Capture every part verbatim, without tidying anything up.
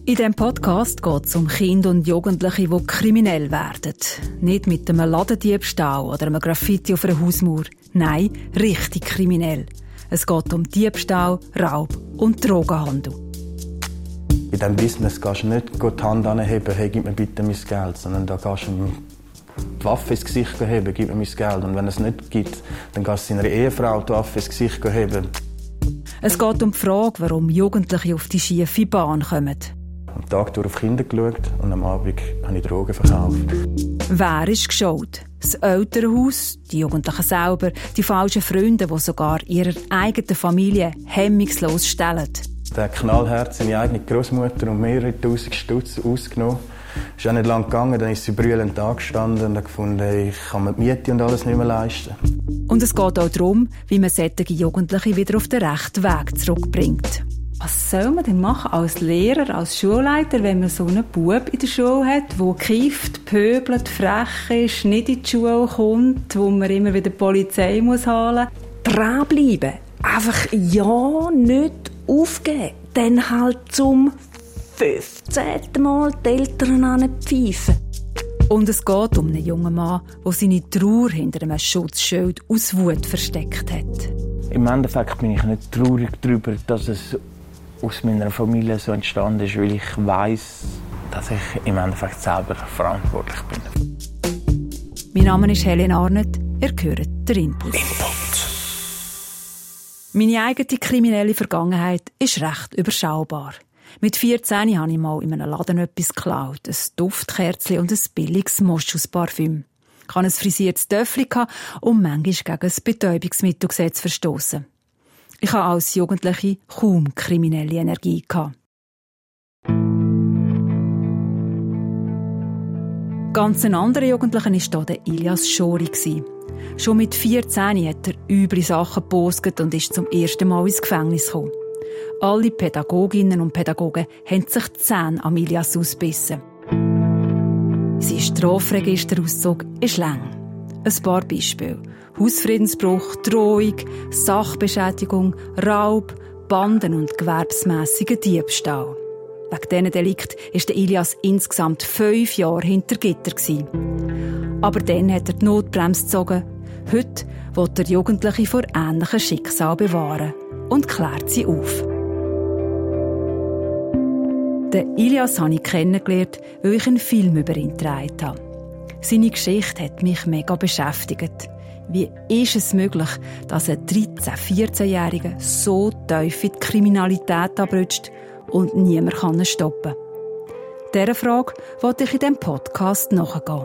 In diesem Podcast geht es um Kinder und Jugendliche, die kriminell werden. Nicht mit einem Ladendiebstahl oder einem Graffiti auf einer Hausmauer. Nein, richtig kriminell. Es geht um Diebstahl, Raub und Drogenhandel. In diesem Business gehst du nicht die Hand anheben, hey, gib mir bitte mein Geld, sondern da gehst du die Waffe ins Gesicht heben, gib mir mein Geld. Und wenn es nicht gibt, dann gehst du seiner Ehefrau die Waffe ins Gesicht heben. Es geht um die Frage, warum Jugendliche auf die schiefe Bahn kommen. Am Tag durch auf Kinder geschaut und am Abend habe ich Drogen verkauft. Wer ist geschaut? Das Elternhaus, die Jugendlichen selber, die falschen Freunde, die sogar ihrer eigenen Familie hemmungslos stellen. Der Knallherz, seine eigene Großmutter und mehrere tausend Stutz ausgenommen. Es ist auch nicht lange gegangen, dann ist sie brüllend angestanden und hat gefunden, ich kann mir die Miete und alles nicht mehr leisten. Und es geht auch darum, wie man solche Jugendliche wieder auf den rechten Weg zurückbringt. Was soll man denn machen als Lehrer, als Schulleiter, wenn man so einen Bub in der Schule hat, der kifft, pöbelt, frech ist, nicht in die Schule kommt, wo man immer wieder die Polizei muss holen muss? Dranbleiben. Einfach ja nicht aufgeben. Dann halt zum fünfzehnten Mal die Eltern anpfeifen. Und es geht um einen jungen Mann, der seine Trauer hinter einem Schutzschild aus Wut versteckt hat. Im Endeffekt bin ich nicht traurig darüber, dass es aus meiner Familie so entstanden ist, weil ich weiss, dass ich im Endeffekt selber verantwortlich bin. Mein Name ist Helen Arnett, ihr hört den Input. Input. Meine eigene kriminelle Vergangenheit ist recht überschaubar. Mit vierzehn habe ich mal in einem Laden etwas geklaut. Ein Duftkerzchen und ein billiges Moschusparfüm. Ich hatte ein frisiertes Töffel und manchmal gegen das Betäubungsmittelgesetz verstoßen. Ich hatte als Jugendliche kaum kriminelle Energie. Ganz ein anderer Jugendlicher war hier der Ilias Schori. Schon mit vierzehn hat er üble Sachen gepostet und ist zum ersten Mal ins Gefängnis gekommen. Alle Pädagoginnen und Pädagogen haben sich die Zähne am Ilias ausgebissen. Sein Strafregisterauszug ist lang. Ein paar Beispiele. Hausfriedensbruch, Drohung, Sachbeschädigung, Raub, Banden- und gewerbsmässiger Diebstahl. Wegen diesen Delikten war der Ilias insgesamt fünf Jahre hinter Gitter. Aber dann hat er die Notbremse gezogen. Heute will der Jugendliche vor ähnlichen Schicksal bewahren und klärt sie auf. Den Ilias habe ich kennengelernt, weil ich einen Film über ihn gedreht habe. Seine Geschichte hat mich mega beschäftigt. Wie ist es möglich, dass ein dreizehn-, vierzehnjähriger so tief in die Kriminalität abrutscht und niemand kann ihn stoppen? Dieser Frage wollte ich in diesem Podcast nachgehen.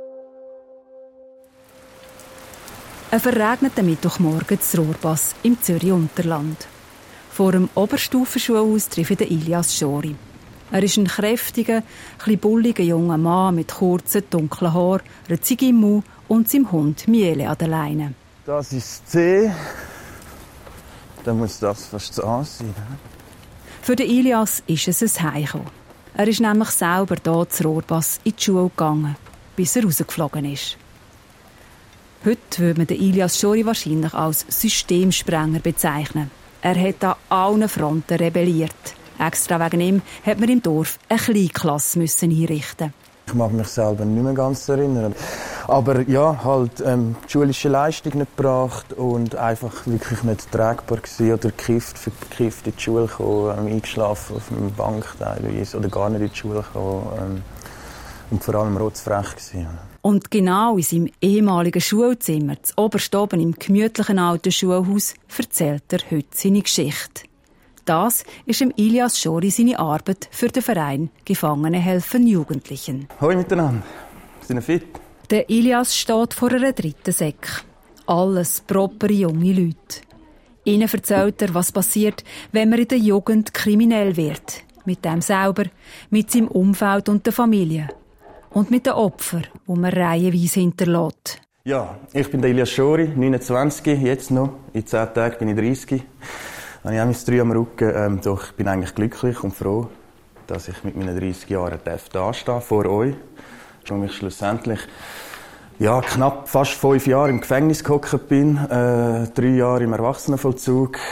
Ein verregneter Mittwochmorgen zu Rohrbass im Zürich-Unterland. Vor dem Oberstufenschulhaus treffe ich den Ilias Schori. Er ist ein kräftiger, etwas bulliger junger Mann mit kurzen, dunklen Haaren, einer Ziege im Mund und seinem Hund Miele an der Leine. Das ist C. Dann muss das fast das A sein. Für den Ilias ist es ein Heimkommen. Er ist nämlich selber hier zu Rohrbass in die Schule gegangen, bis er rausgeflogen ist. Heute würde man den Ilias Schori wahrscheinlich als Systemsprenger bezeichnen. Er hat an allen Fronten rebelliert. Extra wegen ihm hat man im Dorf eine Kleinklasse einrichten. Ich mag mich selber nicht mehr ganz erinnern. Aber ja, halt ähm, die schulische Leistung nicht gebracht und einfach wirklich nicht tragbar gewesen oder gekifft, für gekifft in die Schule gekommen, ähm, eingeschlafen auf einer Bank teilweise oder gar nicht in die Schule gekommen ähm, und vor allem rotzfrech gewesen. Und genau in seinem ehemaligen Schulzimmer, zu oberst oben im gemütlichen alten Schulhaus, erzählt er heute seine Geschichte. Das ist im Ilias Schori seine Arbeit für den Verein Gefangene helfen Jugendlichen. Hoi miteinander, sind ihr fit? Der Ilias steht vor einer dritten Säcke. Alles propere junge Leute. Ihnen erzählt er, was passiert, wenn man in der Jugend kriminell wird. Mit dem selber, mit seinem Umfeld und der Familie. Und mit den Opfern, die man reihenweise hinterlässt. Ja, ich bin der Ilias Schori, neunundzwanzig, jetzt noch. In zehn Tagen bin ich dreißig. Ich habe auch drei am Rücken. Ähm, doch ich bin eigentlich glücklich und froh, dass ich mit meinen dreißig Jahren da stehe, vor euch. Und ich schlussendlich ja, knapp fast fünf Jahre im Gefängnis gehockt bin, äh, drei Jahre im Erwachsenenvollzug.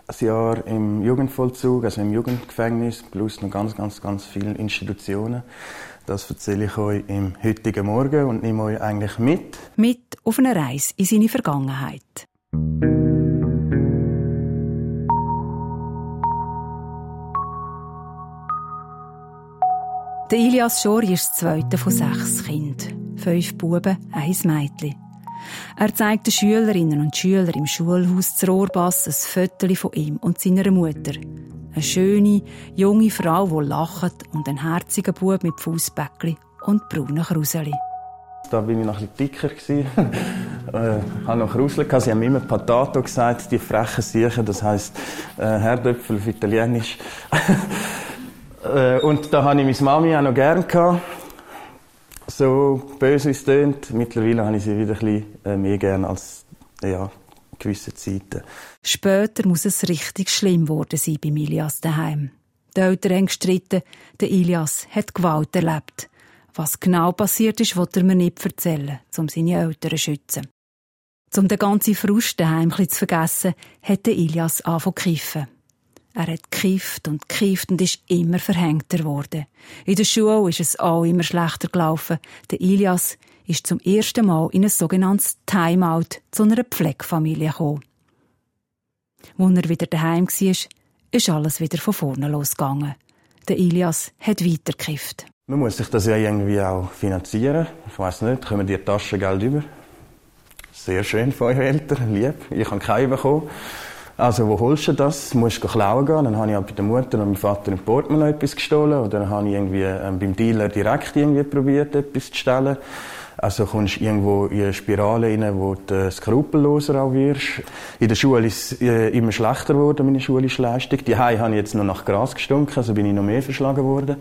ein Jahr im Jugendvollzug, also im Jugendgefängnis, plus noch ganz, ganz, ganz viele Institutionen. Das erzähle ich euch im heutigen Morgen und nehme euch eigentlich mit. Mit auf eine Reise in seine Vergangenheit. Der Ilias Schori ist das zweite von sechs Kindern. Fünf Buben, ein Mädchen. Er zeigt den Schülerinnen und Schülern im Schulhaus zu Rohrbass ein Foto von ihm und seiner Mutter. Eine schöne, junge Frau, die lacht, und ein herziger Bub mit Fussbäckli und braunen Kruseli. Da war ich noch ein bisschen dicker. Ich äh, hatte noch Krusel. Sie haben immer Patato gesagt, die frechen Siechen, das heisst äh, Herdöpfel auf Italienisch. äh, und da hatte ich meine Mami auch noch gerne. So böse es tönt, mittlerweile habe ich sie wieder ein bisschen äh, mehr gern als ja, gewisse Zeiten. Später muss es richtig schlimm geworden sein bei Ilias daheim. Die Eltern haben gestritten, der Ilias hat Gewalt erlebt. Was genau passiert ist, will er mir nicht erzählen, um seine Eltern zu schützen. Um den ganzen Frust daheim zu vergessen, hat der Ilias angefangen zu kiffen. Er hat gekifft und gekifft und ist immer verhängter geworden. In der Schule ist es auch immer schlechter gelaufen. Der Ilias ist zum ersten Mal in ein sogenanntes Timeout zu einer Pflegefamilie gekommen. Als er wieder daheim war, ist alles wieder von vorne losgegangen. Der Ilias hat weiter gekifft. Man muss sich das ja irgendwie auch finanzieren. Ich weiss nicht, kommen die Taschengeld über? Sehr schön von euren Eltern, lieb. Ich habe keinen bekommen. Also, wo holst du das? Musst du klauen gehen? Dann habe ich auch bei der Mutter und meinem Vater im Portemonnaie etwas gestohlen. Oder dann habe ich irgendwie ähm, beim Dealer direkt irgendwie probiert, etwas zu stellen. Also kommst du irgendwo in eine Spirale rein, wo du skrupelloser auch wirst. In der Schule ist es äh, immer schlechter geworden, meine schulische Leistung. Die Hause habe ich jetzt noch nach Gras gestunken, also bin ich noch mehr verschlagen worden.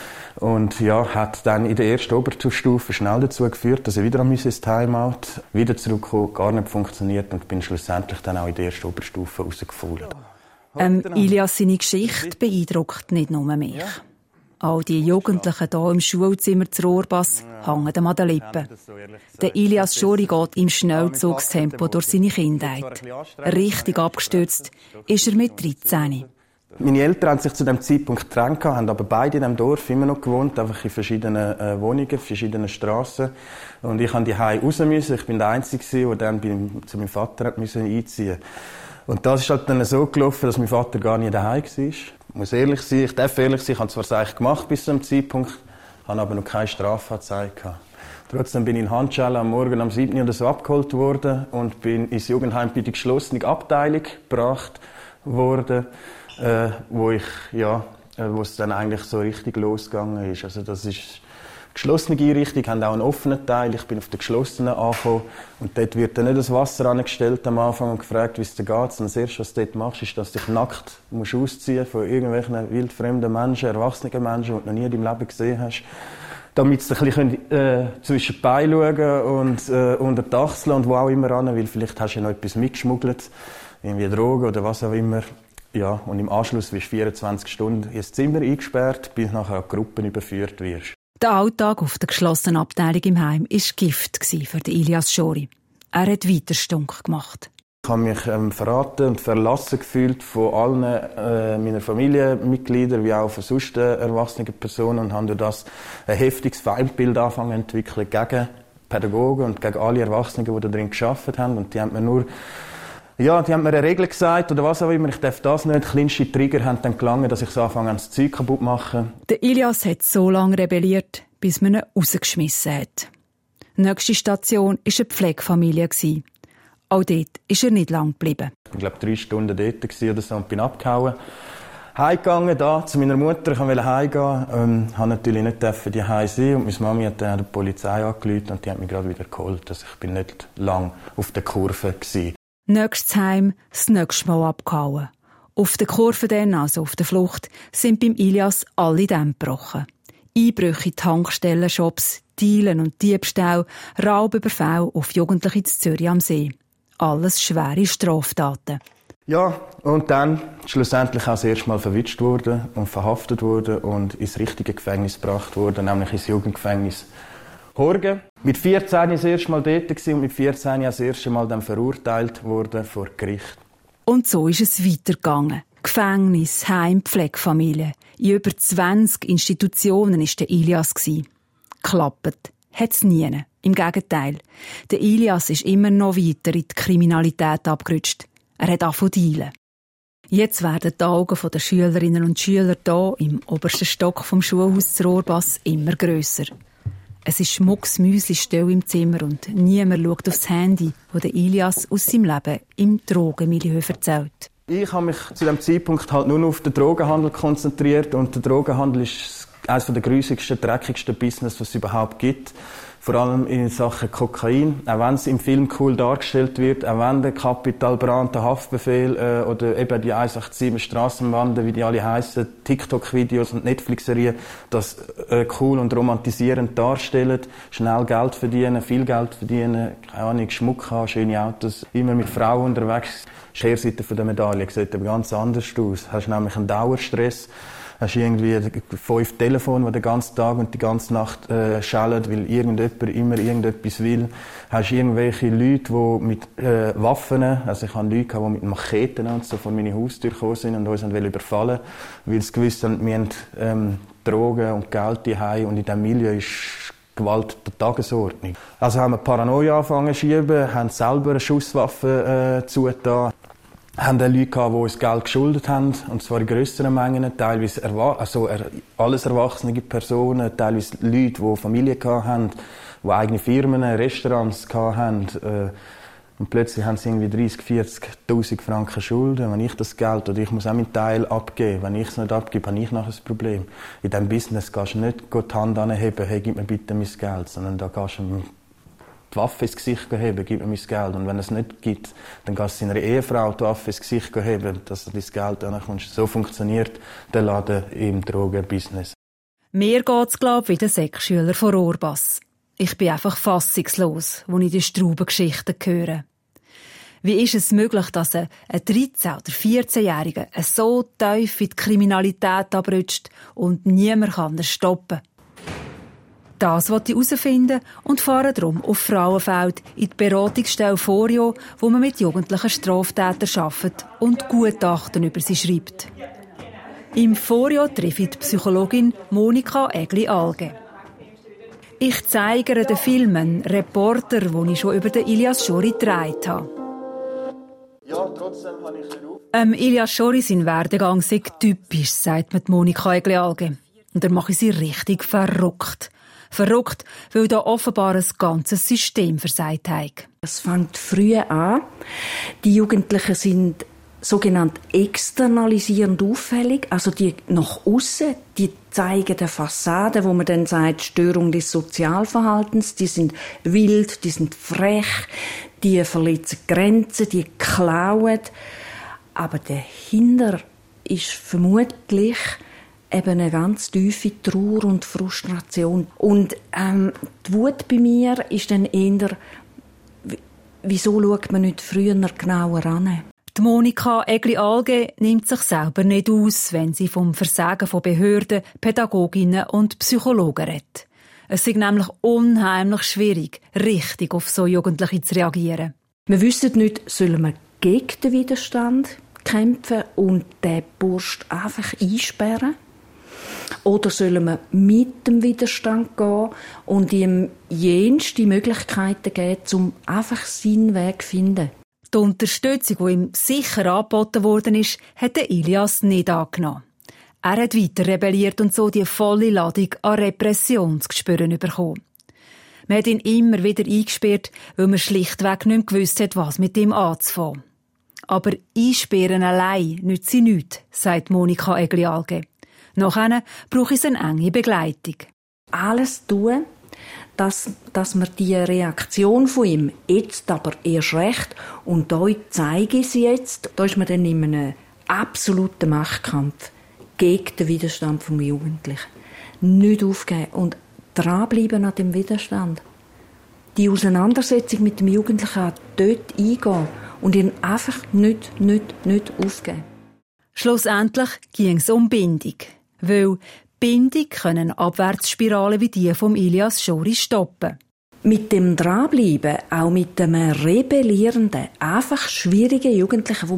Und ja, hat dann in der ersten Oberstufe schnell dazu geführt, dass ich wieder an mein Timeout wieder zurückkomme, gar nicht funktioniert und bin schlussendlich dann auch in der ersten Oberstufe rausgefallen. Ähm, Ilias, seine Geschichte beeindruckt nicht nur mich. Ja. All die Jugendlichen hier im Schulzimmer zu Rohrbass hängen ihm an den Lippen. Der Ilias Schori geht im Schnellzugstempo durch seine Kindheit. Richtig abgestürzt ist er mit dreizehn. Meine Eltern haben sich zu diesem Zeitpunkt getrennt, haben aber beide in diesem Dorf immer noch gewohnt, einfach in verschiedenen äh, Wohnungen, verschiedenen Strassen. Und ich musste die Hause raus müssen. Ich bin der Einzige, der dann bei, zu meinem Vater einziehen musste. Und das ist halt dann so gelaufen, dass mein Vater gar nicht daheim war. Ich muss ehrlich sein, ich darf ehrlich sein, ich habe zwar das eigentlich gemacht bis zu diesem Zeitpunkt, habe aber noch keine Strafanzeige gehabt. Trotzdem bin ich in Handschellen am Morgen um sieben Uhr oder so abgeholt worden und bin ins Jugendheim bei der geschlossenen Abteilung gebracht worden. Äh, wo ich, ja, äh, wo es dann eigentlich so richtig losgegangen ist. Also das ist eine geschlossene Einrichtung, haben auch einen offenen Teil. Ich bin auf der geschlossenen angekommen und dort wird dann nicht das Wasser angestellt am Anfang und gefragt, wie es dir geht. Und das Erste, was du dort machst, ist, dass du dich nackt musst ausziehen von irgendwelchen wildfremden Menschen, erwachsenen Menschen, die du noch nie in deinem Leben gesehen hast. Damit sie ein bisschen äh, zwischen die Beine schauen und äh, unter die Achseln und wo auch immer ran, weil vielleicht hast du ja noch etwas mitgeschmuggelt, irgendwie Drogen oder was auch immer. Ja, und im Anschluss wirst du vierundzwanzig Stunden ins Zimmer eingesperrt, bis nachher an Gruppen überführt wirst. Der Alltag auf der geschlossenen Abteilung im Heim war Gift für Ilias Schori. Er hat weiter stunk gemacht. Ich habe mich ähm, verraten und verlassen gefühlt von allen äh, meiner Familienmitgliedern, wie auch von sonst äh, erwachsenen Personen, und habe durch das ein heftiges Feindbild angefangen zu entwickeln gegen Pädagogen und gegen alle Erwachsenen, die da drin gearbeitet haben. Und die haben mir nur Ja, die haben mir eine Regel gesagt oder was auch immer, ich darf das nicht. Kleinste Trigger haben dann gelangen, dass ich so anfange, das Zeug kaputt zu machen. Der Ilias hat so lange rebelliert, bis man ihn rausgeschmissen hat. Die nächste Station war eine Pflegefamilie. Auch dort ist er nicht lang geblieben. Ich war, glaube ich, drei Stunden dort oder so und bin abgehauen. Heimgegangen, da, zu meiner Mutter, ich wollte heimgehen. Ähm, habe natürlich nicht die Heim sein. Und meine Mami hat dann die Polizei angerufen und die hat mich gerade wieder geholt. Also ich bin nicht lang auf der Kurve gewesen. Nächstes Heim, das nächste Mal abgehauen. Auf der Kurve dann, also auf der Flucht, sind beim Ilias alle Dämme gebrochen. Einbrüche in Tankstellen, Shops, Dielen und Diebstahl, Raubüberfälle auf Jugendliche in Zürich am See. Alles schwere Straftaten. Ja, und dann schlussendlich auch das erste Mal verwitscht worden und verhaftet worden und ins richtige Gefängnis gebracht worden, nämlich ins Jugendgefängnis Horgen. Mit vierzehn war ich das erste Mal dort und mit vierzehn das erste Mal dann verurteilt worden vor Gericht. Und so ist es weitergegangen. Gefängnis, Heim, Pflegefamilie. In über zwanzig Institutionen war der Ilias. Klappt hat es nie. Im Gegenteil. Der Ilias ist immer noch weiter in die Kriminalität abgerutscht. Er hat angefangen zu dealen. Jetzt werden die Augen der Schülerinnen und Schüler hier im obersten Stock vom Schulhaus zu Rohrbass immer grösser. Es ist schmucksmüsli-still im Zimmer und niemand schaut aufs Handy, wo der Ilias aus seinem Leben im Drogenmilieu erzählt. Ich habe mich zu diesem Zeitpunkt halt nur auf den Drogenhandel konzentriert und der Drogenhandel ist eines der grussigsten, dreckigsten Business, was es überhaupt gibt. Vor allem in Sachen Kokain. Auch wenn es im Film cool dargestellt wird, auch wenn der Capital Bra, der Haftbefehl äh, oder eben die eins acht sieben Strassenbanden, wie die alle heissen, TikTok-Videos und Netflix-Serien, das äh, cool und romantisierend darstellen, schnell Geld verdienen, viel Geld verdienen, keine Ahnung, Schmuck haben, schöne Autos, immer mit Frauen unterwegs. Die Kehrseite der Medaille sieht aber ganz anders aus. Du hast nämlich einen Dauerstress. Hast irgendwie fünf Telefone, die den ganzen Tag und die ganze Nacht äh, schellen, weil irgendjemand immer irgendetwas will. Hast irgendwelche Leute, die mit äh, Waffen, also ich hatte Leute, die mit Macheten und so vor meine Haustür gekommen sind und uns überfallen wollten, weil sie gewusst haben, wir haben ähm, Drogen und Geld daheim und in diesem Milieu ist Gewalt der Tagesordnung. Also haben wir Paranoia angefangen zu schieben, haben selber eine Schusswaffe äh, zugetan. Wir hatten Leute, die uns Geld geschuldet haben, und zwar in grösseren Mengen, teilweise erwa- also er- alles erwachsene Personen, teilweise Leute, die Familie hatten, die eigene Firmen, Restaurants hatten. Äh, und plötzlich haben sie irgendwie dreissig, vierzigtausend Franken Schulden. Wenn ich das Geld, oder ich muss auch meinen Teil abgeben, wenn ich es nicht abgebe, habe ich nachher ein Problem. In diesem Business gehst du nicht die Hand anheben, hey, gib mir bitte mein Geld, sondern da gehst du die Waffe ins Gesicht heben, gib mir mein Geld. Und wenn es nicht gibt, dann gehst du seiner Ehefrau die Waffe ins Gesicht heben, dass du dein Geld ankommst. So funktioniert der Laden im Drogenbusiness. Mir geht's, glaub, wie der Sek-Schüler von Rohrbass. Ich bin einfach fassungslos, als ich die Straubengeschichten höre. Wie ist es möglich, dass ein dreizehn- oder vierzehnjähriger so tief in die Kriminalität abrutscht und niemand kann ihn stoppen? Das wollte ich herausfinden und fahre darum auf Frauenfeld in die Beratungsstelle Forio, wo man mit jugendlichen Straftätern arbeitet und Gutachten über sie schreibt. Im Forio treffe ich die Psychologin Monika Egli-Alge. Ich zeige ihr den Film, einen Reporter, den ich schon über den Ilias Schori gedreht habe. Ja, trotzdem habe ich nicht auf. Ähm, Ilias Schori, sein Werdegang sei typisch, sagt mir Monika Egli-Alge. Und er mache sie richtig verrückt. Verrückt, weil da offenbar ein ganzes System versagt hat. Es fängt früh an. Die Jugendlichen sind sogenannt externalisierend auffällig, also die nach aussen, die zeigen eine Fassade, wo man dann sagt, Störung des Sozialverhaltens, die sind wild, die sind frech, die verletzen Grenzen, die klauen. Aber dahinter ist vermutlich eben eine ganz tiefe Trauer und Frustration. Und ähm, die Wut bei mir ist dann eher, wieso schaut man nicht früher genauer an? Die Monika Egli-Alge nimmt sich selber nicht aus, wenn sie vom Versagen von Behörden, Pädagoginnen und Psychologen redet. Es ist nämlich unheimlich schwierig, richtig auf so Jugendliche zu reagieren. Wir wissen nicht, sollen wir gegen den Widerstand kämpfen und den Bursch einfach einsperren? Oder sollen wir mit dem Widerstand gehen und ihm jenste Möglichkeiten geben, um einfach seinen Weg zu finden? Die Unterstützung, die ihm sicher angeboten worden ist, hat Ilias nicht angenommen. Er hat weiter rebelliert und so die volle Ladung an Repressionsgespüren bekommen. Man hat ihn immer wieder eingesperrt, weil man schlichtweg nicht mehr gewusst hat, was mit ihm anzufangen. Aber einsperren allein nützt sie nichts, sagt Monika Egli-Alge. Nachher brauche ich eine enge Begleitung. Alles tun, dass, dass man die Reaktion von ihm jetzt aber erst recht, und da zeige ich sie jetzt, da ist man dann in einem absoluten Machtkampf gegen den Widerstand vom Jugendlichen. Nicht aufgeben und dranbleiben an dem Widerstand. Die Auseinandersetzung mit dem Jugendlichen dort eingehen und ihn einfach nicht, nicht, nicht aufgeben. Schlussendlich ging es um Bindung. Weil Bindung können Abwärtsspiralen wie die vom Ilias Schori stoppen. Mit dem Dranbleiben, auch mit dem rebellierenden, einfach schwierigen Jugendlichen, wo man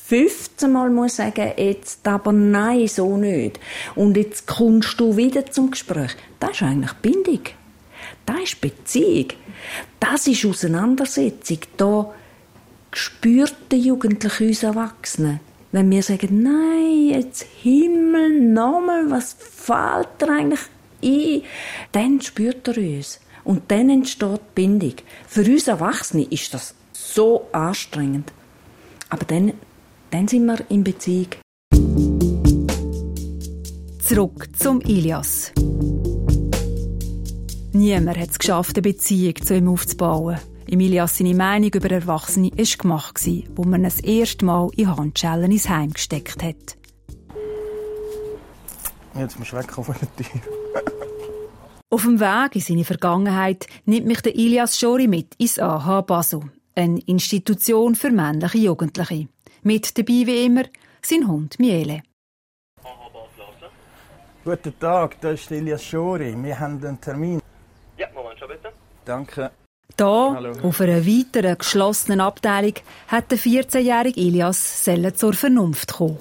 fünfzehn Mal muss sagen, jetzt aber nein, so nicht. Und jetzt kommst du wieder zum Gespräch. Das ist eigentlich Bindung. Das ist Beziehung. Das ist Auseinandersetzung. Da spürt der Jugendliche uns Erwachsenen. Wenn wir sagen, nein, jetzt Himmel, nochmal, was fällt dir eigentlich ein? Dann spürt er uns. Und dann entsteht Bindung. Für uns Erwachsene ist das so anstrengend. Aber dann, dann sind wir in Beziehung. Zurück zum Ilias. Niemand hat es geschafft, eine Beziehung zu ihm aufzubauen. Im Ilias seine Meinung über Erwachsene war gemacht, wo man das erste Mal in Handschellen ins Heim gesteckt hat. Jetzt musst du weg von der Tür. Auf dem Weg in seine Vergangenheit nimmt mich der Ilias Schori mit ins A H Basel, eine Institution für männliche Jugendliche. Mit dabei wie immer sein Hund Miele. Guten Tag, das ist Ilias Schori. Wir haben einen Termin. Ja, Moment schon bitte. Danke. Da, Hallo. auf einer weiteren geschlossenen Abteilung, hat der vierzehnjährige Ilias zur Vernunft kommen.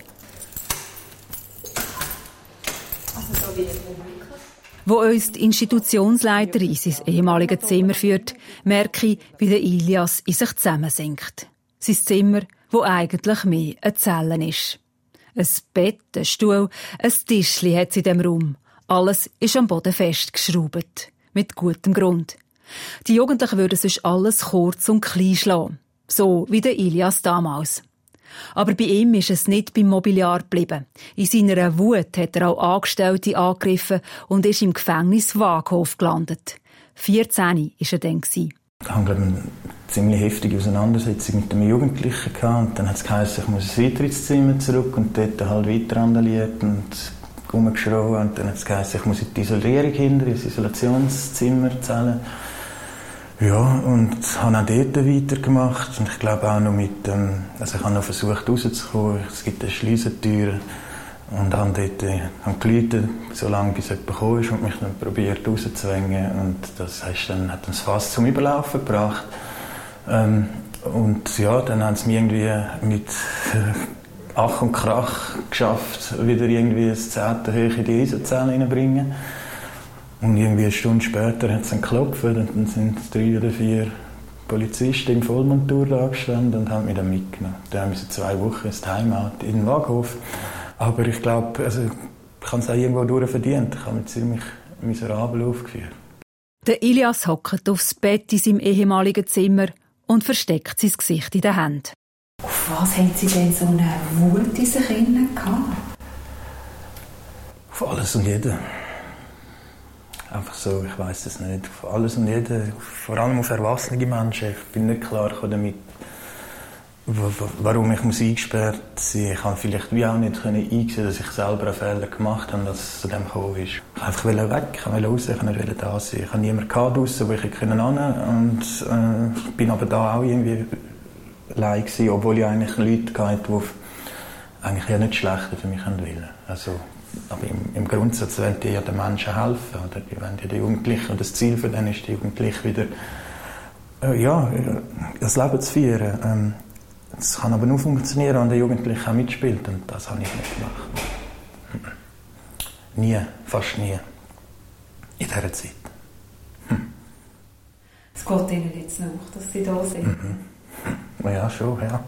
Also so wie es Wo uns die Institutionsleiterin in sein ehemaliges Zimmer führt, merke ich, wie der Ilias in sich zusammensinkt. Sein Zimmer, wo eigentlich mehr eine Zelle ist. Ein Bett, ein Stuhl, ein Tischchen hat es in diesem Raum. Alles ist am Boden festgeschraubt. Mit gutem Grund. Die Jugendlichen würden sonst alles kurz und klein schlagen. So wie der Ilias damals. Aber bei ihm ist es nicht beim Mobiliar geblieben. In seiner Wut hat er auch Angestellte angegriffen und ist im Gefängnis Waaghof gelandet. vierzehn war er dann. Ich hatte eine ziemlich heftige Auseinandersetzung mit einem Jugendlichen und dann hat es geheißen, ich muss weiter ins Zimmer zurück und dort halt weiter randaliert und rumgeschrien und dann hat es geheißen, ich muss in die Isolierung hinter, ins Isolationszimmer zählen. Ja, und habe auch dort weitergemacht und ich glaube auch noch mit, ähm, also ich habe noch versucht rauszukommen, es gibt eine Schliessentür und habe dort äh, geläutet, so lange bis jemand gekommen ist und mich dann probiert rauszuzwängen und das heißt, dann hat uns fast zum Überlaufen gebracht. Ähm, und ja, dann haben sie mich irgendwie mit äh, Ach und Krach geschafft, wieder irgendwie das zehnte hoch in die I S O-Zelle reinzubringen. Und irgendwie eine Stunde später hat es dann geklopft und dann sind drei oder vier Polizisten in Vollmontur da gestanden und haben mich dann mitgenommen. Dann haben wir so zwei Wochen ins Heimat in den Waaghof. Aber ich glaube, also, ich habe es auch irgendwo durchverdient. Ich habe mich ziemlich miserabel aufgeführt. Der Ilias hockt aufs Bett in seinem ehemaligen Zimmer und versteckt sein Gesicht in den Händen. Auf was haben Sie denn so eine Wut in sich innen gehabt? Auf alles und jeden. Einfach so, ich weiss es nicht. Auf alles und jeden, vor allem auf erwachsene Menschen. Ich bin nicht klar damit, warum ich muss eingesperrt sein muss. Ich konnte vielleicht wie auch nicht einsehen, dass ich selber einen Fehler gemacht habe, dass es zu dem gekommen ist. Ich wollte einfach weg, ich wollte raus, ich wollte da sein. Ich hatte niemanden draussen, wo ich hin konnte. Und äh, ich bin aber da auch irgendwie allein gewesen, obwohl ich eigentlich Leute hatte, die eigentlich ja nicht schlechter für mich wollen. Also, aber im, im Grundsatz wollen die ja den Menschen helfen. Oder? Die wollen ja den Jugendlichen, und das Ziel für den ist, die Jugendlichen wieder äh, ja, das Leben zu führen. Ähm, das kann aber nur funktionieren, wenn der Jugendliche auch mitspielt. Und das habe ich nicht gemacht. Nie, fast nie. In dieser Zeit. Hm. Es geht Ihnen jetzt nach, dass Sie da sind? Mhm. Ja, schon, ja.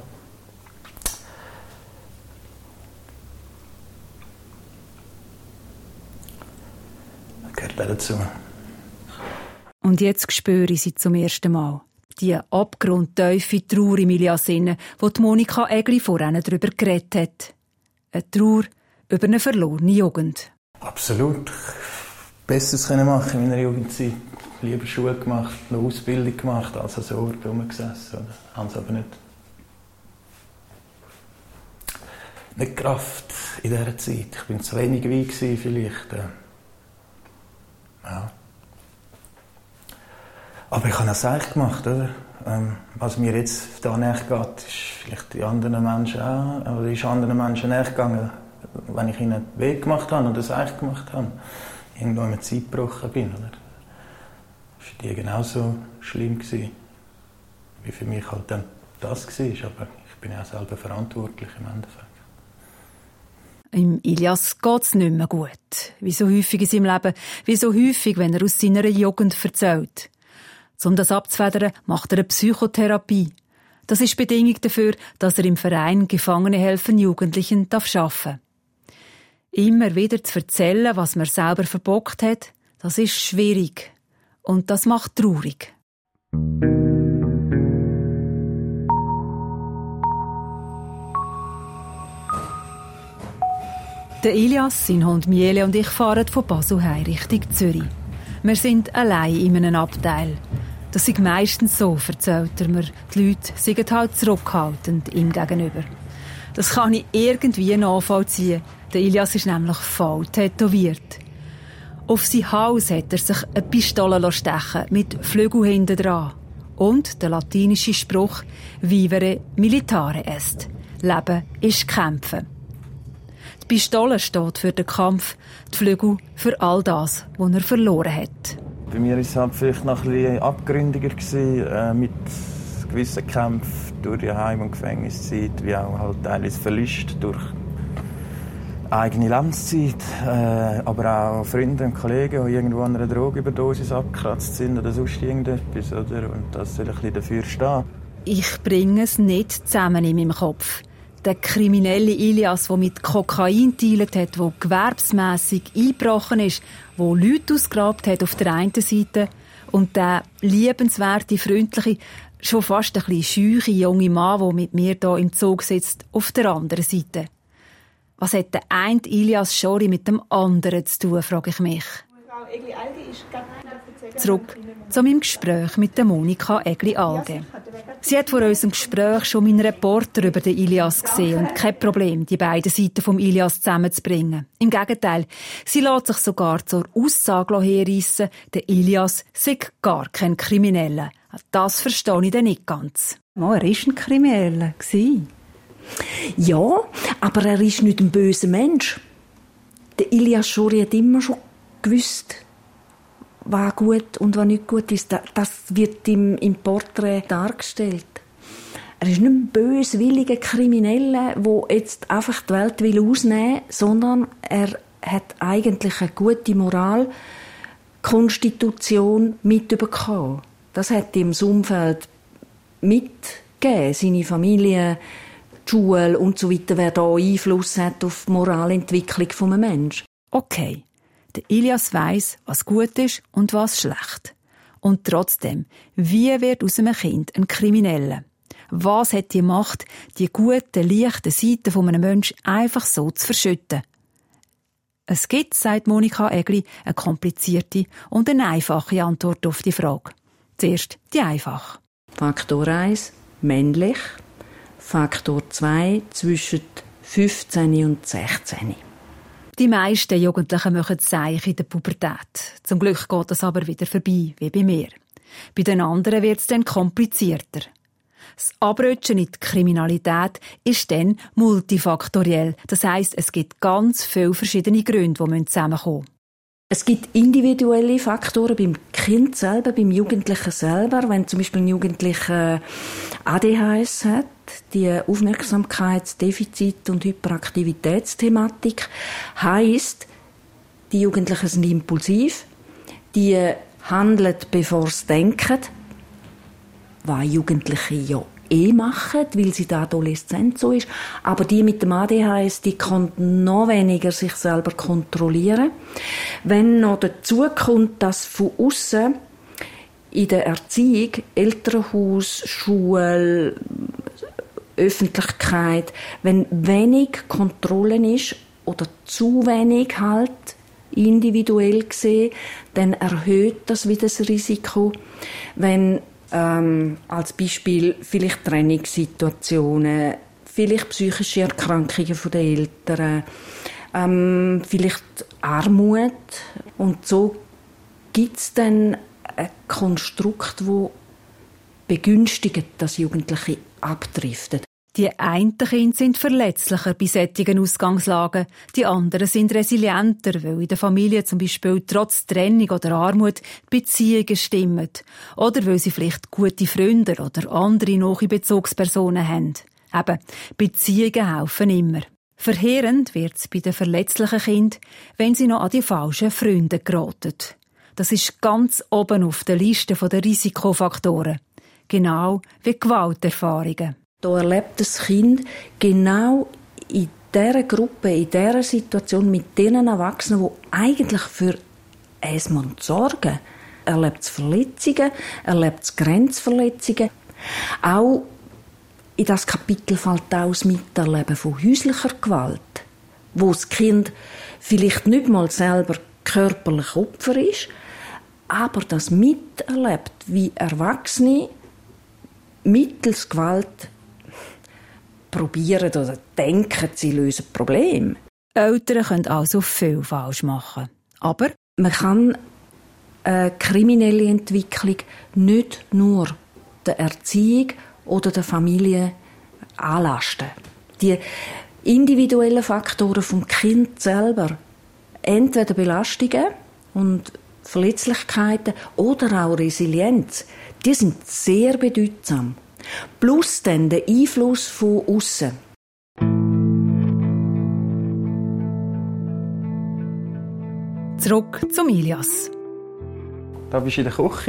Das gehört auch dazu. Und jetzt spüre ich sie zum ersten Mal. Die abgrundtiefe Trauer im Ilias inne, wo die Monika Egli vorhin darüber geredet hat. Eine Trauer über eine verlorene Jugend. Absolut. Besseres können machen in meiner Jugendzeit. Lieber Schule gemacht, eine Ausbildung gemacht, als an so Ort rumgesessen. Oder? Haben sie aber nicht. Nicht Kraft in dieser Zeit. Ich bin zu wenig weit gewesen, vielleicht. Ja. Aber ich habe es eigentlich gemacht, oder? Ähm, was mir jetzt da nachgeht, ist vielleicht die anderen Menschen auch, oder ist anderen Menschen nachgegangen, wenn ich ihnen einen Weg gemacht habe oder das eigentlich gemacht habe. Irgendwo in einer Zeit gebrochen bin, oder? Das war die genauso schlimm gewesen, wie für mich halt dann das war. Aber ich bin ich auch selber verantwortlich im Endeffekt. Im Ilias geht's nicht mehr gut. Wie so häufig in seinem Leben, wie so häufig, wenn er aus seiner Jugend erzählt. Um das abzufedern, macht er eine Psychotherapie. Das ist die Bedingung dafür, dass er im Verein Gefangene helfen Jugendlichen arbeiten darf. Immer wieder zu erzählen, was man selber verbockt hat, das ist schwierig. Und das macht traurig. Der Ilias, sein Hund Miele und ich fahren von Basel heim Richtung Zürich. Wir sind allein in einem Abteil. Das ist meistens so, erzählt er mir. Die Leute sind halt zurückhaltend ihm gegenüber. Das kann ich irgendwie nachvollziehen. Der Ilias ist nämlich voll tätowiert. Auf sein Hals hat er sich eine Pistole stechen mit Flügel hinten dran. Und der latinische Spruch «Vivere militare est» – Leben ist Kämpfen. Die Pistole steht für den Kampf, die Flügel für all das, was er verloren hat. Bei mir war es halt vielleicht noch ein bisschen abgründiger gewesen, äh, mit gewissen Kämpfen durch die Heim- und Gefängniszeit, wie auch halt teilweise Verluste durch eigene Lebenszeit, äh, aber auch Freunde und Kollegen, die irgendwo an einer Drogenüberdosis abgekratzt sind oder sonst irgendetwas, oder? Und das soll ein bisschen dafür stehen. Ich bringe es nicht zusammen in meinem Kopf. Der kriminelle Ilias, der mit Kokain dealt hat, der gewerbsmässig eingebrochen ist, der Leute ausgeraubt hat auf der einen Seite und der liebenswerte, freundliche, schon fast ein bisschen scheue junge Mann, der mit mir hier im Zug sitzt, auf der anderen Seite. Was hat der eine Ilias Schori mit dem anderen zu tun, frage ich mich. Zurück zu meinem Gespräch mit der Monika Egli-Alge. Sie hat vor unserem Gespräch schon meinen Reporter über den Ilias gesehen und kein Problem, die beiden Seiten vom Ilias zusammenzubringen. Im Gegenteil, sie lässt sich sogar zur Aussage herreissen, der Ilias sei gar kein Krimineller. Das verstehe ich dann nicht ganz. Oh, er war ein Krimineller. Ja, aber er ist nicht ein böser Mensch. Der Ilias Schori hat immer schon gewusst, was gut und was nicht gut ist. Das wird im, im Porträt dargestellt. Er ist nicht ein böswilliger Krimineller, der jetzt einfach die Welt will ausnehmen will, sondern er hat eigentlich eine gute Moralkonstitution mitbekommen. Das hat ihm das Umfeld mitgegeben, seine Familie, die Schule und so weiter, wer da Einfluss hat auf die Moralentwicklung eines Menschen. Okay. Der Ilias weiss, was gut ist und was schlecht. Und trotzdem, wie wird aus einem Kind ein Krimineller? Was hat die Macht, die guten, leichten Seiten von einem Menschen einfach so zu verschütten? Es gibt, sagt Monika Egli, eine komplizierte und eine einfache Antwort auf die Frage. Zuerst die einfache. Faktor eins, männlich. Faktor zwei, zwischen fünfzehn und sechzehn. Die meisten Jugendlichen machen Zeichen in der Pubertät. Zum Glück geht das aber wieder vorbei, wie bei mir. Bei den anderen wird es dann komplizierter. Das Abrutschen in die Kriminalität ist dann multifaktoriell. Das heisst, es gibt ganz viele verschiedene Gründe, die zusammenkommen müssen. Es gibt individuelle Faktoren beim Kind selber, beim Jugendlichen selber. Wenn zum Beispiel ein Jugendlicher A D H S hat, die Aufmerksamkeitsdefizit- und Hyperaktivitätsthematik, heisst, die Jugendlichen sind impulsiv, die handeln, bevor sie denken, was Jugendliche ja eh machen, weil sie der Adoleszent so ist. Aber die mit dem A D H S, die können noch weniger sich selber kontrollieren. Wenn noch dazu kommt, dass von aussen in der Erziehung, Elternhaus, Schule, Öffentlichkeit, wenn wenig Kontrolle ist oder zu wenig halt individuell gesehen, dann erhöht das wieder das Risiko. Wenn ähm, als Beispiel vielleicht Trennungssituationen, vielleicht psychische Erkrankungen der Eltern, ähm, vielleicht Armut, und so gibt es dann ein Konstrukt, das begünstigt, dass Jugendliche abdriften. Die einen Kinder sind verletzlicher bei solchen Ausgangslagen, die anderen sind resilienter, weil in der Familie zum Beispiel trotz Trennung oder Armut Beziehungen stimmen oder weil sie vielleicht gute Freunde oder andere nahe Bezugspersonen haben. Eben, Beziehungen helfen immer. Verheerend wird es bei den verletzlichen Kindern, wenn sie noch an die falschen Freunde geraten. Das ist ganz oben auf der Liste der Risikofaktoren. Genau wie Gewalterfahrungen. Da erlebt das Kind genau in dieser Gruppe, in dieser Situation mit den Erwachsenen, die eigentlich für es sorgen. Erlebt es Verletzungen, erlebt es Grenzverletzungen. Auch in das Kapitel fällt auch das Miterleben von häuslicher Gewalt, wo das Kind vielleicht nicht mal selber körperlich Opfer ist, aber das miterlebt, wie Erwachsene mittels Gewalt probieren oder denken, sie lösen Probleme. Eltern können also viel falsch machen. Aber man kann eine kriminelle Entwicklung nicht nur der Erziehung oder der Familie anlasten. Die individuellen Faktoren vom Kind selber, entweder Belastungen und Verletzlichkeiten oder auch Resilienz, die sind sehr bedeutsam. Plus dann der Einfluss von aussen. Zurück zum Ilias. Da bist du in der Küche.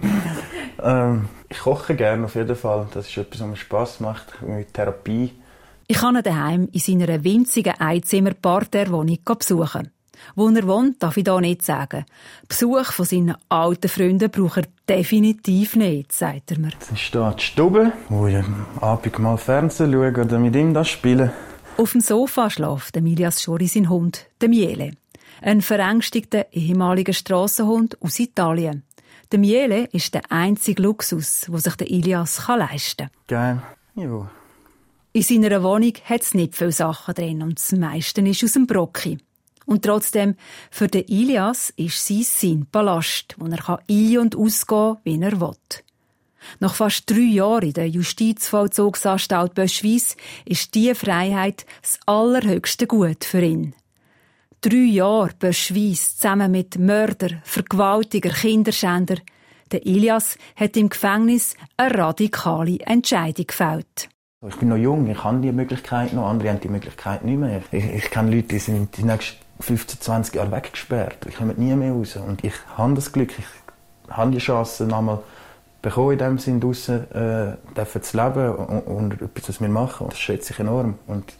ähm, ich koche gerne auf jeden Fall. Das ist etwas, was mir Spass macht, mit Therapie. Ich kann ihn daheim in seiner winzigen Einzimmer-Parterre-Wohnung besuchen. Wo er wohnt, darf ich hier nicht sagen. Besuch von seinen alten Freunden braucht er definitiv nicht, sagt er mir. Jetzt ist hier die Stube, wo ich am Abend mal Fernsehen schaue oder mit ihm das spiele. Auf dem Sofa schläft Ilias Schori sein Hund, der Miele. Ein verängstigter ehemaliger Strassenhund aus Italien. Der Miele ist der einzige Luxus, den sich der Ilias leisten kann. Geil. Ja. In seiner Wohnung hat es nicht viele Sachen drin und das meiste ist aus dem Brocki. Und trotzdem, für den Ilias ist sie sein Palast, wo er ein- und ausgehen kann, wie er will. Nach fast drei Jahren in der Justizvollzugsanstalt Böschwies ist diese Freiheit das allerhöchste Gut für ihn. Drei Jahre Böschwies zusammen mit Mörder, Vergewaltiger, Kinderschänder. Der Ilias hat im Gefängnis eine radikale Entscheidung gefällt. Ich bin noch jung, ich habe die Möglichkeit noch, andere haben die Möglichkeit nicht mehr. Ich, ich kenne Leute, die sind die nächsten fünfzehn, zwanzig Jahre weggesperrt. Ich komme nie mehr raus. Und ich habe das Glück, ich habe die Chance, nochmal bekommen, in dem Sinn draussen äh, zu leben und, und etwas, was wir machen. Das schätze ich enorm. Und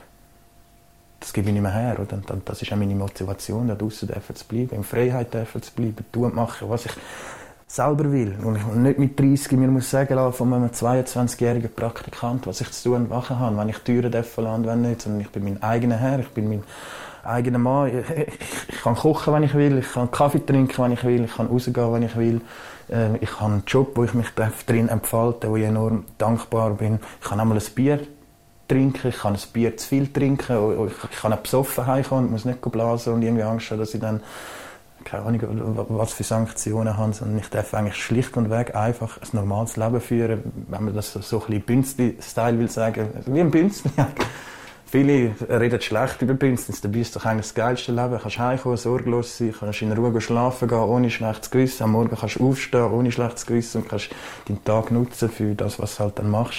das gebe ich nicht mehr her. Oder? Und das ist auch meine Motivation, da draussen zu bleiben, in Freiheit zu bleiben, tun und machen, was ich selber will. Und ich nicht mit dreißig mir muss sagen lassen, von einem zweiundzwanzigjährigen Praktikant, was ich zu tun und machen habe, wenn ich Türen verlasse, wenn nicht, sondern ich bin mein eigener Herr, ich bin mein eigener Mann. Ich, ich, ich kann kochen, wenn ich will, ich kann Kaffee trinken, wenn ich will, ich kann rausgehen, wenn ich will. Äh, ich habe einen Job, wo ich mich drin entfalten, wo ich enorm dankbar bin. Ich kann einmal ein Bier trinken, ich kann ein Bier zu viel trinken, ich kann auch besoffen heimkommen und muss nicht blasen und irgendwie Angst haben, dass ich dann keine Ahnung, was für Sanktionen haben, sondern ich darf eigentlich schlicht und weg einfach ein normales Leben führen, wenn man das so ein bisschen Bünzli-Style will sagen, wie ein Bünzli. Viele reden schlecht über Bünzli, dabei ist doch eigentlich das geilste Leben. Du kannst heimkommen, sorglos sein, kannst in Ruhe schlafen gehen, ohne schlechtes Gewissen. Am Morgen kannst du aufstehen, ohne schlechtes Gewissen und kannst deinen Tag nutzen für das, was du halt dann machst.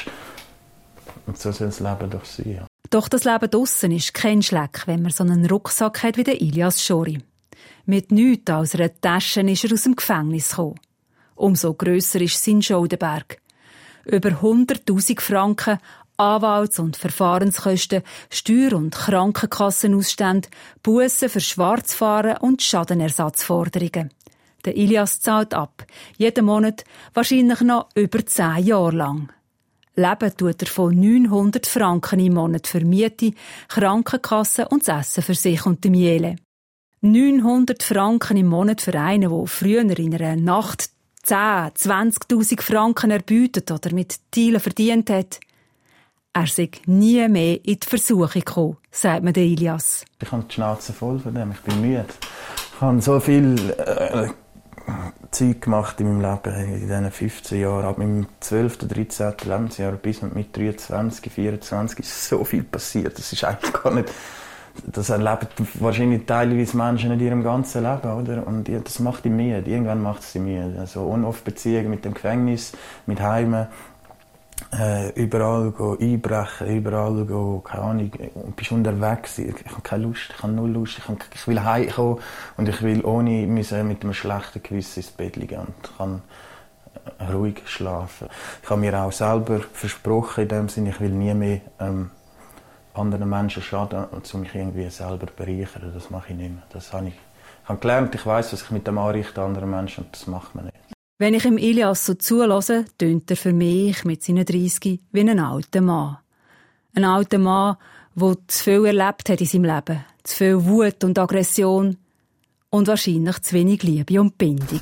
Und so soll das Leben doch sein. Ja. Doch das Leben draussen ist kein Schleck, wenn man so einen Rucksack hat wie der Ilias Schori. Mit nichts als einer Tasche ist er aus dem Gefängnis gekommen. Umso grösser ist sein Schuldenberg. Über hunderttausend Franken Anwalts- und Verfahrenskosten, Steuer- und Krankenkassenausstände, Bussen für Schwarzfahren und Schadenersatzforderungen. Der Ilias zahlt ab. Jeden Monat wahrscheinlich noch über zehn Jahre lang. Leben tut er von neunhundert Franken im Monat für Miete, Krankenkasse und das Essen für sich und die Miele. neunhundert Franken im Monat für einen, der früher in einer Nacht zehn, zwanzigtausend Franken erbeutet oder mit Dealen verdient hat. Er sei nie mehr in die Versuchung gekommen, sagt mir der Ilias. Ich habe die Schnauze voll von dem, ich bin müde. Ich habe so viel äh, Zeug gemacht in meinem Leben, in diesen fünfzehn Jahren. Ab meinem zwölften, dreizehnten Lebensjahr bis mit dreiundzwanzig, vierundzwanzig ist so viel passiert. Das ist eigentlich gar nicht... Das erleben wahrscheinlich teilweise Menschen in ihrem ganzen Leben, oder? Und das macht die müde. Irgendwann macht es sie müde. Also Unoff-Beziehungen mit dem Gefängnis, mit Heimen. äh, überall go einbrechen, überall go, keine Ahnung, und bist unterwegs. Ich, ich habe keine Lust, ich habe null Lust, ich, habe, ich will heimkommen und ich will ohne müssen mit einem schlechten Gewissen ins Bett liegen und kann äh, ruhig schlafen. Ich habe mir auch selber versprochen, in dem Sinne, ich will nie mehr ähm, anderen Menschen schaden und um mich irgendwie selber bereichern. Das mache ich nicht mehr. Das habe ich, ich habe gelernt, ich weiss, was ich mit dem anrichte anderen Menschen, und das macht man nicht. Wenn ich ihm Ilias so zulasse, tönt er für mich mit seinen dreißig wie ein alter Mann. Ein alter Mann, der zu viel erlebt hat in seinem Leben. Zu viel Wut und Aggression. Und wahrscheinlich zu wenig Liebe und Bindung.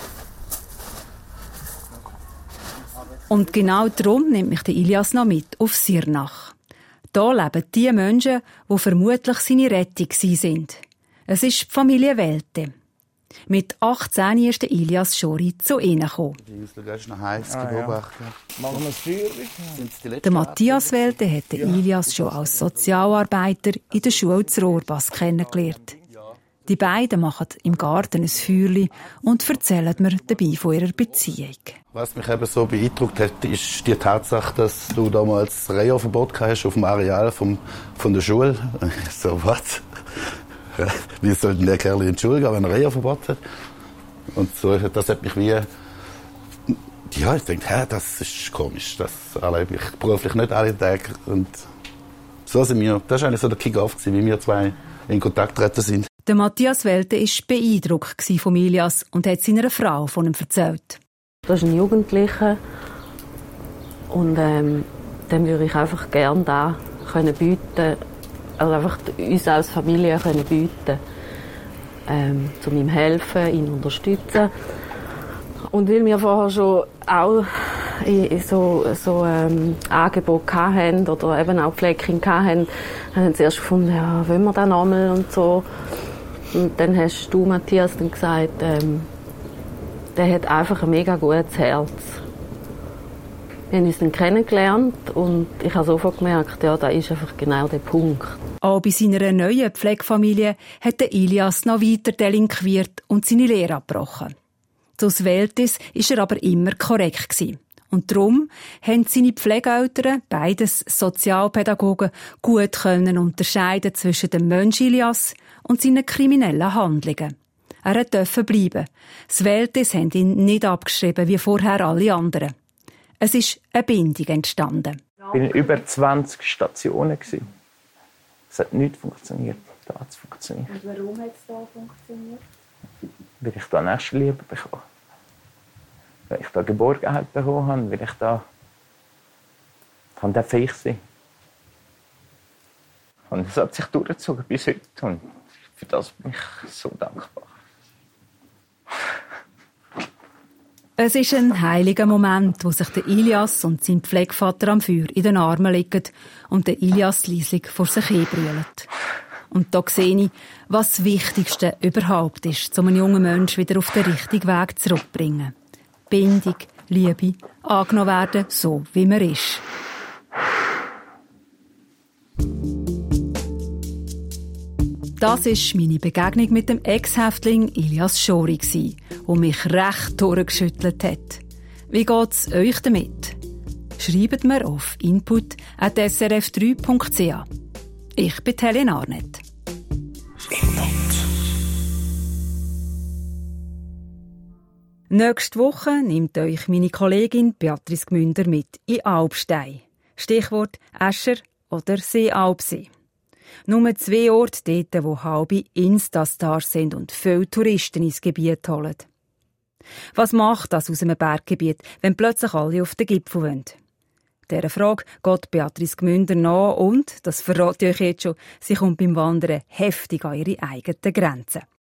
Und genau darum nimmt mich der Ilias noch mit auf Sirnach. Da leben die Menschen, die vermutlich seine Rettung sind. Es ist die Familie Welte. Mit achtzehn ist der Ilias Schori zu ihnen gekommen. Ah, ja. Machen wir das Feuer? Der Matthias Welte hat den Ilias schon als Sozialarbeiter in der Schule zu Rohrbass kennengelernt. Die beiden machen im Garten ein Feuerchen und erzählen mir dabei von ihrer Beziehung. Was mich eben so beeindruckt hat, ist die Tatsache, dass du damals Reha-Verbot hast auf dem Areal vom, von der Schule. So, was? Wie soll denn der Kerl in die Schule gehen, wenn er Reha-Verbot hat? Und so, das hat mich wie... Ja, ich denke, hä, das ist komisch. Das erlebe ich beruflich nicht alle Tage. Und so sind wir... Das war eigentlich so der Kick-Off, wie wir zwei in Kontakt getreten sind. Der Matthias Welte war beeindruckt von Ilias und hat seiner Frau von ihm erzählt. Das ist ein Jugendlicher und ähm, dem würde ich einfach gerne da können bieten, also einfach uns als Familie können bieten, ähm, zu ihm helfen, ihn unterstützen. Und weil wir vorher schon auch so, so ähm, Angebote hatten oder eben auch Pflegekind hatten, haben sie erst gefunden, ja, wollen wir das nochmal und so. Und dann hast du, Matthias, dann gesagt, ähm, der hat einfach ein mega gutes Herz. Wir haben uns dann kennengelernt und ich habe sofort gemerkt, ja, das ist einfach genau der Punkt. Auch bei seiner neuen Pflegefamilie hat der Ilias noch weiter delinquiert und seine Lehre abgebrochen. Zu Weltes war er aber immer korrekt gewesen. Und darum haben seine Pflegeeltern, beides Sozialpädagogen, gut können unterscheiden zwischen dem Mensch Ilias und seinen kriminellen Handlungen. Er durfte bleiben. Das Weltes haben ihn nicht abgeschrieben, wie vorher alle anderen. Es ist eine Bindung entstanden. Ich war in über zwanzig Stationen. Es hat nicht funktioniert, da hat es funktioniert. Und warum hat es da funktioniert? Weil ich da Nächstenliebe bekomme. Weil ich da Geborgenheit bekommen habe, weil ich da kann der fähig sein. Und es hat sich durchgezogen bis heute. Und für das bin ich so dankbar. Es ist ein heiliger Moment, wo sich der Ilias und sein Pflegevater am Feuer in den Armen liegen und der Ilias leislich vor sich hinbrüllt. Und da sehe ich, was das Wichtigste überhaupt ist, um einen jungen Menschen wieder auf den richtigen Weg zurückzubringen. Bindung, Liebe, angenommen werden, so wie man ist. Das war meine Begegnung mit dem Ex-Häftling Ilias Schori, der mich recht durchgeschüttelt hat. Wie geht's euch damit? Schreibt mir auf input at s r f drei punkt c h. Ich bin Helen Arnett. Nächste Woche nimmt euch meine Kollegin Beatrice Gmünder mit in Alpstein. Stichwort Escher oder Seealpsee. Nur zwei Orte dort, wo halbe Insta-Stars sind und viele Touristen ins Gebiet holen. Was macht das aus einem Berggebiet, wenn plötzlich alle auf den Gipfel wollen? Dieser Frage geht Beatrice Gmünder nach und, das verrate ich euch jetzt schon, sie kommt beim Wandern heftig an ihre eigenen Grenzen.